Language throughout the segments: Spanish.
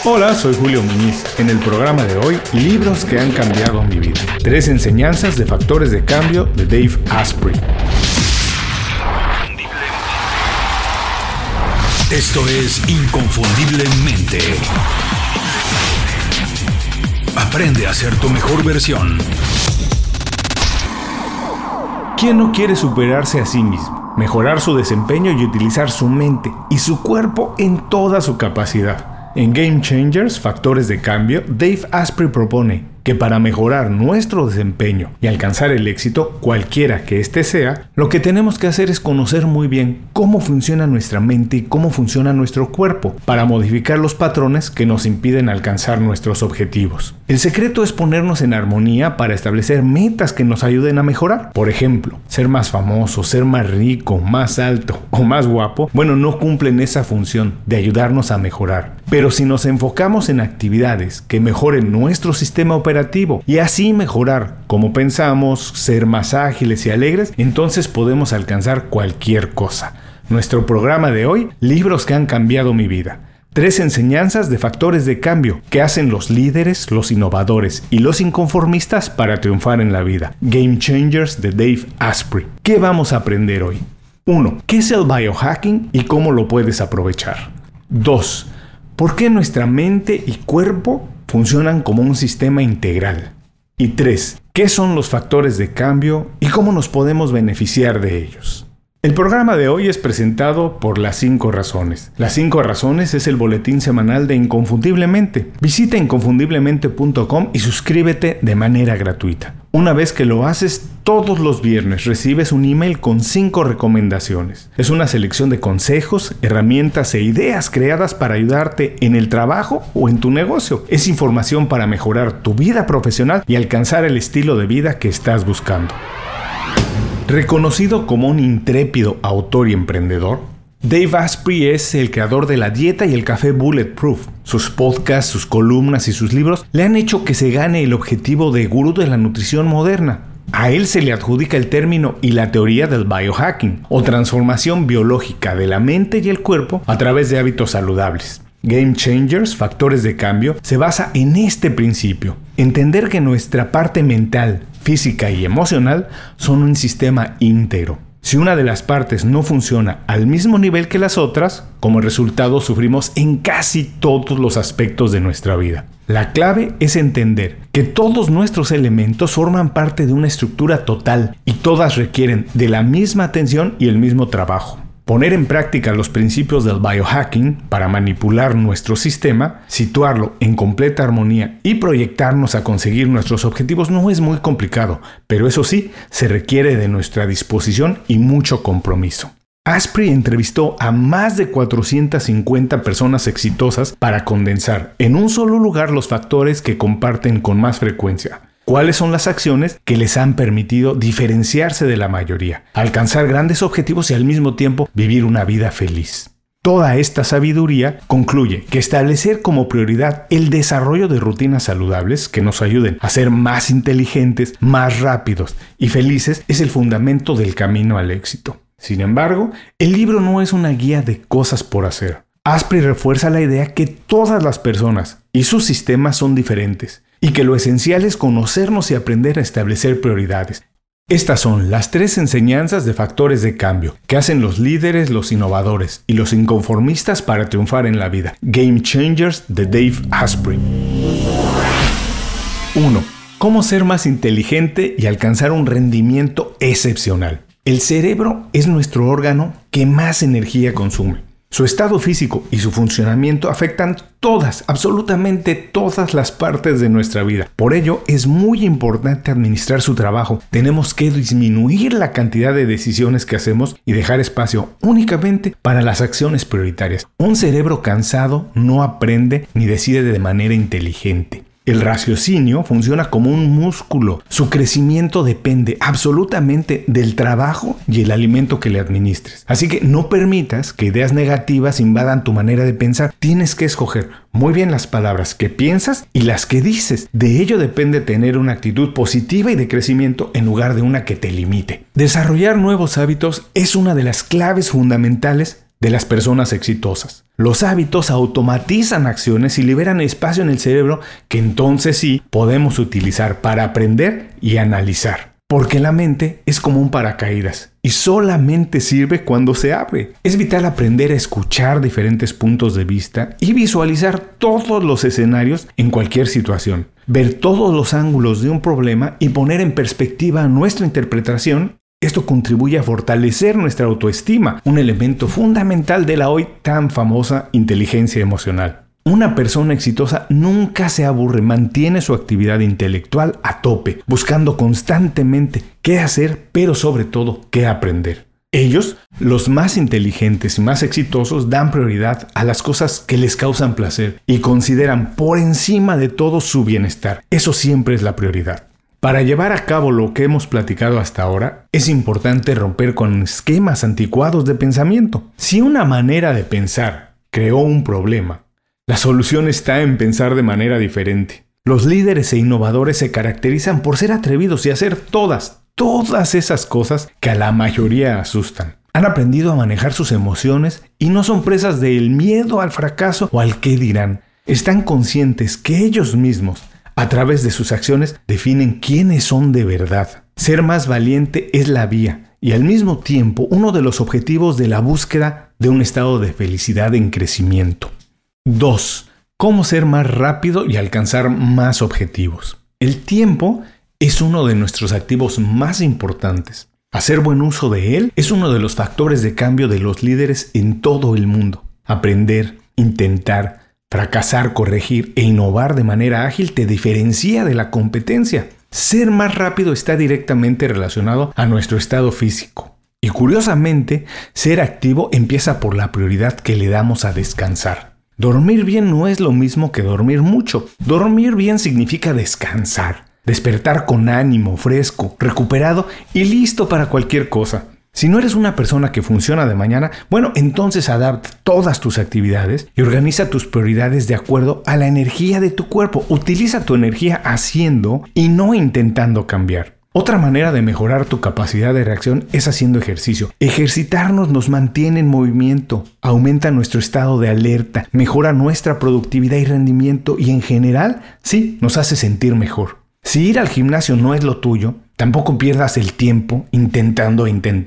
Hola, soy Julio Muñiz. En el programa de hoy, libros que han cambiado mi vida. 3 enseñanzas de factores de cambio de Dave Asprey. Esto es Inconfundiblemente. Aprende a ser tu mejor versión. ¿Quién no quiere superarse a sí mismo, mejorar su desempeño y utilizar su mente y su cuerpo en toda su capacidad? En Game Changers, Factores de Cambio, Dave Asprey propone que para mejorar nuestro desempeño y alcanzar el éxito, cualquiera que éste sea, lo que tenemos que hacer es conocer muy bien cómo funciona nuestra mente y cómo funciona nuestro cuerpo para modificar los patrones que nos impiden alcanzar nuestros objetivos. El secreto es ponernos en armonía para establecer metas que nos ayuden a mejorar. Por ejemplo, ser más famoso, ser más rico, más alto o más guapo, no cumplen esa función de ayudarnos a mejorar. Pero si nos enfocamos en actividades que mejoren nuestro sistema operativo y así mejorar como pensamos, ser más ágiles y alegres, entonces podemos alcanzar cualquier cosa. Nuestro programa de hoy, libros que han cambiado mi vida. 3 enseñanzas de factores de cambio que hacen los líderes, los innovadores y los inconformistas para triunfar en la vida. Game Changers de Dave Asprey. ¿Qué vamos a aprender hoy? 1. ¿Qué es el biohacking y cómo lo puedes aprovechar? 2. ¿Por qué nuestra mente y cuerpo funcionan como un sistema integral? Y 3. ¿Qué son los factores de cambio y cómo nos podemos beneficiar de ellos? El programa de hoy es presentado por Las 5 Razones. Las 5 Razones es el boletín semanal de Inconfundiblemente. Visita inconfundiblemente.com y suscríbete de manera gratuita. Una vez que lo haces, todos los viernes recibes un email con 5 recomendaciones. Es una selección de consejos, herramientas e ideas creadas para ayudarte en el trabajo o en tu negocio. Es información para mejorar tu vida profesional y alcanzar el estilo de vida que estás buscando. Reconocido como un intrépido autor y emprendedor, Dave Asprey es el creador de la dieta y el café Bulletproof. Sus podcasts, sus columnas y sus libros le han hecho que se gane el objetivo de gurú de la nutrición moderna. A él se le adjudica el término y la teoría del biohacking, o transformación biológica de la mente y el cuerpo a través de hábitos saludables. Game Changers, Factores de Cambio, se basa en este principio. Entender que nuestra parte mental, física y emocional son un sistema íntegro. Si una de las partes no funciona al mismo nivel que las otras, como resultado sufrimos en casi todos los aspectos de nuestra vida. La clave es entender que todos nuestros elementos forman parte de una estructura total y todas requieren de la misma atención y el mismo trabajo. Poner en práctica los principios del biohacking para manipular nuestro sistema, situarlo en completa armonía y proyectarnos a conseguir nuestros objetivos no es muy complicado, pero eso sí, se requiere de nuestra disposición y mucho compromiso. Asprey entrevistó a más de 450 personas exitosas para condensar en un solo lugar los factores que comparten con más frecuencia. ¿Cuáles son las acciones que les han permitido diferenciarse de la mayoría, alcanzar grandes objetivos y al mismo tiempo vivir una vida feliz? Toda esta sabiduría concluye que establecer como prioridad el desarrollo de rutinas saludables que nos ayuden a ser más inteligentes, más rápidos y felices es el fundamento del camino al éxito. Sin embargo, el libro no es una guía de cosas por hacer. Asprey refuerza la idea que todas las personas y sus sistemas son diferentes y que lo esencial es conocernos y aprender a establecer prioridades. Estas son las 3 enseñanzas de factores de cambio que hacen los líderes, los innovadores y los inconformistas para triunfar en la vida. Game Changers de Dave Asprey. 1. ¿Cómo ser más inteligente y alcanzar un rendimiento excepcional? El cerebro es nuestro órgano que más energía consume. Su estado físico y su funcionamiento afectan todas, absolutamente todas las partes de nuestra vida. Por ello, es muy importante administrar su trabajo. Tenemos que disminuir la cantidad de decisiones que hacemos y dejar espacio únicamente para las acciones prioritarias. Un cerebro cansado no aprende ni decide de manera inteligente. El raciocinio funciona como un músculo. Su crecimiento depende absolutamente del trabajo y el alimento que le administres. Así que no permitas que ideas negativas invadan tu manera de pensar. Tienes que escoger muy bien las palabras que piensas y las que dices. De ello depende tener una actitud positiva y de crecimiento en lugar de una que te limite. Desarrollar nuevos hábitos es una de las claves fundamentales de las personas exitosas. Los hábitos automatizan acciones y liberan espacio en el cerebro que entonces sí podemos utilizar para aprender y analizar. Porque la mente es como un paracaídas y solamente sirve cuando se abre. Es vital aprender a escuchar diferentes puntos de vista y visualizar todos los escenarios en cualquier situación. Ver todos los ángulos de un problema y poner en perspectiva nuestra interpretación. Esto contribuye a fortalecer nuestra autoestima, un elemento fundamental de la hoy tan famosa inteligencia emocional. Una persona exitosa nunca se aburre, mantiene su actividad intelectual a tope, buscando constantemente qué hacer, pero sobre todo qué aprender. Ellos, los más inteligentes y más exitosos, dan prioridad a las cosas que les causan placer y consideran por encima de todo su bienestar. Eso siempre es la prioridad. Para llevar a cabo lo que hemos platicado hasta ahora, es importante romper con esquemas anticuados de pensamiento. Si una manera de pensar creó un problema, la solución está en pensar de manera diferente. Los líderes e innovadores se caracterizan por ser atrevidos y hacer todas esas cosas que a la mayoría asustan. Han aprendido a manejar sus emociones y no son presas del miedo al fracaso o al qué dirán. Están conscientes que ellos mismos, a través de sus acciones, definen quiénes son de verdad. Ser más valiente es la vía y al mismo tiempo uno de los objetivos de la búsqueda de un estado de felicidad en crecimiento. 2. ¿Cómo ser más rápido y alcanzar más objetivos? El tiempo es uno de nuestros activos más importantes. Hacer buen uso de él es uno de los factores de cambio de los líderes en todo el mundo. Aprender, intentar, fracasar, corregir e innovar de manera ágil te diferencia de la competencia. Ser más rápido está directamente relacionado a nuestro estado físico. Y curiosamente, ser activo empieza por la prioridad que le damos a descansar. Dormir bien no es lo mismo que dormir mucho. Dormir bien significa descansar, despertar con ánimo, fresco, recuperado y listo para cualquier cosa. Si no eres una persona que funciona de mañana, bueno, entonces adapta todas tus actividades y organiza tus prioridades de acuerdo a la energía de tu cuerpo. Utiliza tu energía haciendo y no intentando cambiar. Otra manera de mejorar tu capacidad de reacción es haciendo ejercicio. Ejercitarnos nos mantiene en movimiento, aumenta nuestro estado de alerta, mejora nuestra productividad y rendimiento y en general, sí, nos hace sentir mejor. Si ir al gimnasio no es lo tuyo, tampoco pierdas el tiempo intentando.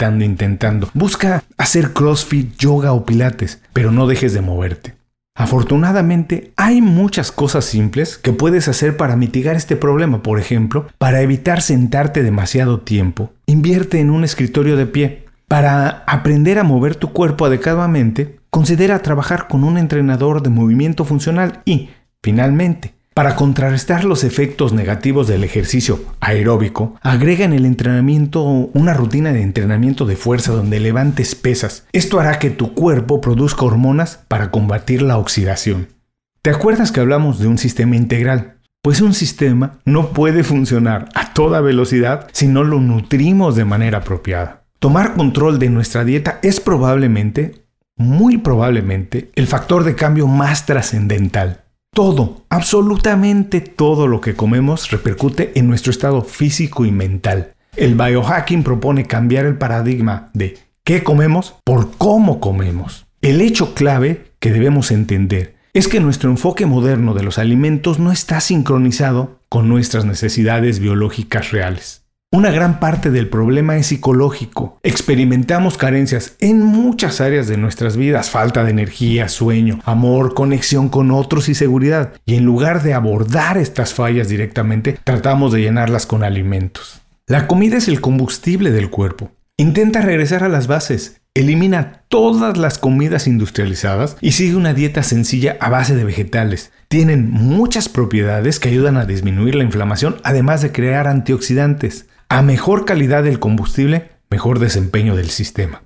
Busca hacer CrossFit, yoga o pilates, pero no dejes de moverte. Afortunadamente, hay muchas cosas simples que puedes hacer para mitigar este problema. Por ejemplo, para evitar sentarte demasiado tiempo, invierte en un escritorio de pie. Para aprender a mover tu cuerpo adecuadamente, considera trabajar con un entrenador de movimiento funcional y, finalmente, para contrarrestar los efectos negativos del ejercicio aeróbico, agrega en el entrenamiento una rutina de entrenamiento de fuerza donde levantes pesas. Esto hará que tu cuerpo produzca hormonas para combatir la oxidación. ¿Te acuerdas que hablamos de un sistema integral? Pues un sistema no puede funcionar a toda velocidad si no lo nutrimos de manera apropiada. Tomar control de nuestra dieta es probablemente, muy probablemente, el factor de cambio más trascendental. Todo, absolutamente todo lo que comemos repercute en nuestro estado físico y mental. El biohacking propone cambiar el paradigma de qué comemos por cómo comemos. El hecho clave que debemos entender es que nuestro enfoque moderno de los alimentos no está sincronizado con nuestras necesidades biológicas reales. Una gran parte del problema es psicológico. Experimentamos carencias en muchas áreas de nuestras vidas, falta de energía, sueño, amor, conexión con otros y seguridad. Y en lugar de abordar estas fallas directamente, tratamos de llenarlas con alimentos. La comida es el combustible del cuerpo. Intenta regresar a las bases. Elimina todas las comidas industrializadas y sigue una dieta sencilla a base de vegetales. Tienen muchas propiedades que ayudan a disminuir la inflamación, además de crear antioxidantes. A mejor calidad del combustible, mejor desempeño del sistema.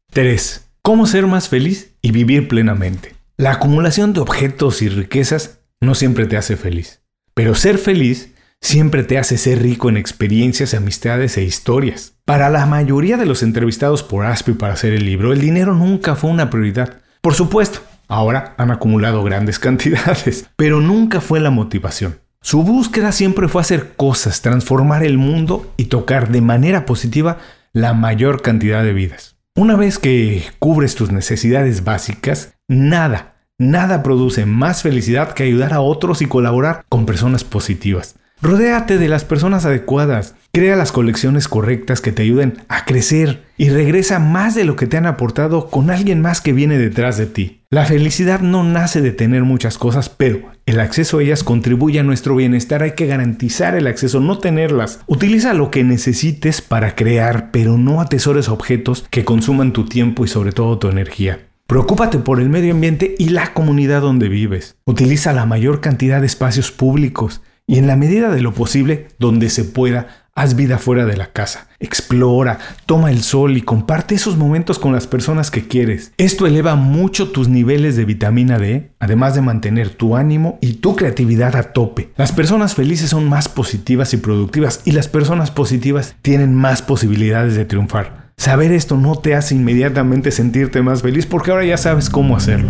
3. ¿Cómo ser más feliz y vivir plenamente? La acumulación de objetos y riquezas no siempre te hace feliz, pero ser feliz siempre te hace ser rico en experiencias, amistades e historias. Para la mayoría de los entrevistados por Asprey para hacer el libro, el dinero nunca fue una prioridad. Por supuesto, ahora han acumulado grandes cantidades, pero nunca fue la motivación. Su búsqueda siempre fue hacer cosas, transformar el mundo y tocar de manera positiva la mayor cantidad de vidas. Una vez que cubres tus necesidades básicas, nada produce más felicidad que ayudar a otros y colaborar con personas positivas. Rodéate de las personas adecuadas, crea las colecciones correctas que te ayuden a crecer y regresa más de lo que te han aportado con alguien más que viene detrás de ti. La felicidad no nace de tener muchas cosas, pero el acceso a ellas contribuye a nuestro bienestar. Hay que garantizar el acceso, no tenerlas. Utiliza lo que necesites para crear, pero no atesores objetos que consuman tu tiempo y sobre todo tu energía. Preocúpate por el medio ambiente y la comunidad donde vives. Utiliza la mayor cantidad de espacios públicos y en la medida de lo posible, donde se pueda, haz vida fuera de la casa. Explora, toma el sol y comparte esos momentos con las personas que quieres. Esto eleva mucho tus niveles de vitamina D, además de mantener tu ánimo y tu creatividad a tope. Las personas felices son más positivas y productivas y las personas positivas tienen más posibilidades de triunfar. Saber esto no te hace inmediatamente sentirte más feliz porque ahora ya sabes cómo hacerlo.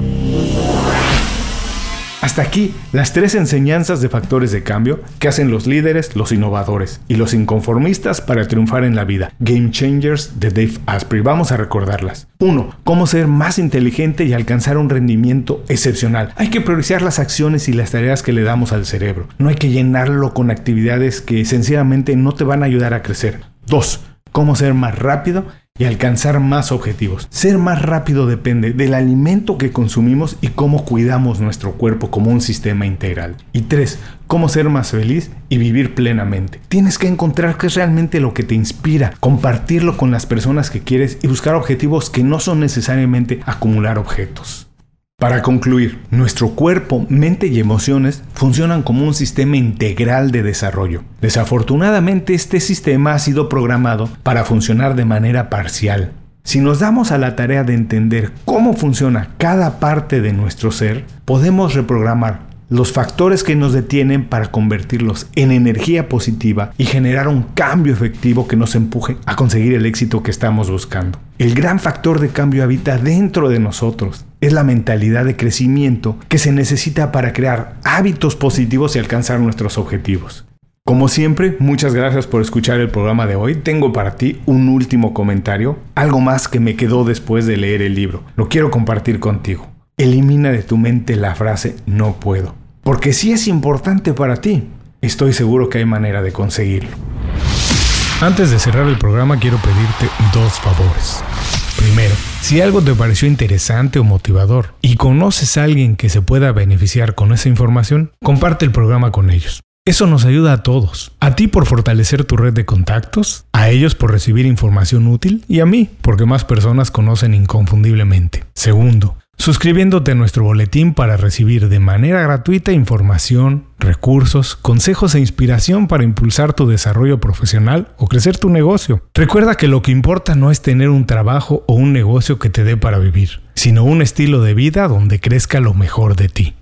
Hasta aquí las 3 enseñanzas de factores de cambio que hacen los líderes, los innovadores y los inconformistas para triunfar en la vida. Game Changers de Dave Asprey. Vamos a recordarlas. 1. Cómo ser más inteligente y alcanzar un rendimiento excepcional. Hay que priorizar las acciones y las tareas que le damos al cerebro. No hay que llenarlo con actividades que sencillamente no te van a ayudar a crecer. 2. Cómo ser más rápido y alcanzar más objetivos. Ser más rápido depende del alimento que consumimos y cómo cuidamos nuestro cuerpo como un sistema integral. Y 3. Cómo ser más feliz y vivir plenamente. Tienes que encontrar qué es realmente lo que te inspira, compartirlo con las personas que quieres y buscar objetivos que no son necesariamente acumular objetos. Para concluir, nuestro cuerpo, mente y emociones funcionan como un sistema integral de desarrollo. Desafortunadamente, este sistema ha sido programado para funcionar de manera parcial. Si nos damos a la tarea de entender cómo funciona cada parte de nuestro ser, podemos reprogramar los factores que nos detienen para convertirlos en energía positiva y generar un cambio efectivo que nos empuje a conseguir el éxito que estamos buscando. El gran factor de cambio habita dentro de nosotros. Es la mentalidad de crecimiento que se necesita para crear hábitos positivos y alcanzar nuestros objetivos. Como siempre, muchas gracias por escuchar el programa de hoy. Tengo para ti un último comentario, algo más que me quedó después de leer el libro. Lo quiero compartir contigo. Elimina de tu mente la frase "no puedo", porque si es importante para ti, estoy seguro que hay manera de conseguirlo. Antes de cerrar el programa, quiero pedirte 2 favores. Primero, si algo te pareció interesante o motivador y conoces a alguien que se pueda beneficiar con esa información, comparte el programa con ellos. Eso nos ayuda a todos. A ti por fortalecer tu red de contactos, a ellos por recibir información útil y a mí porque más personas conocen inconfundiblemente. Segundo, suscribiéndote a nuestro boletín para recibir de manera gratuita información, recursos, consejos e inspiración para impulsar tu desarrollo profesional o crecer tu negocio. Recuerda que lo que importa no es tener un trabajo o un negocio que te dé para vivir, sino un estilo de vida donde crezca lo mejor de ti.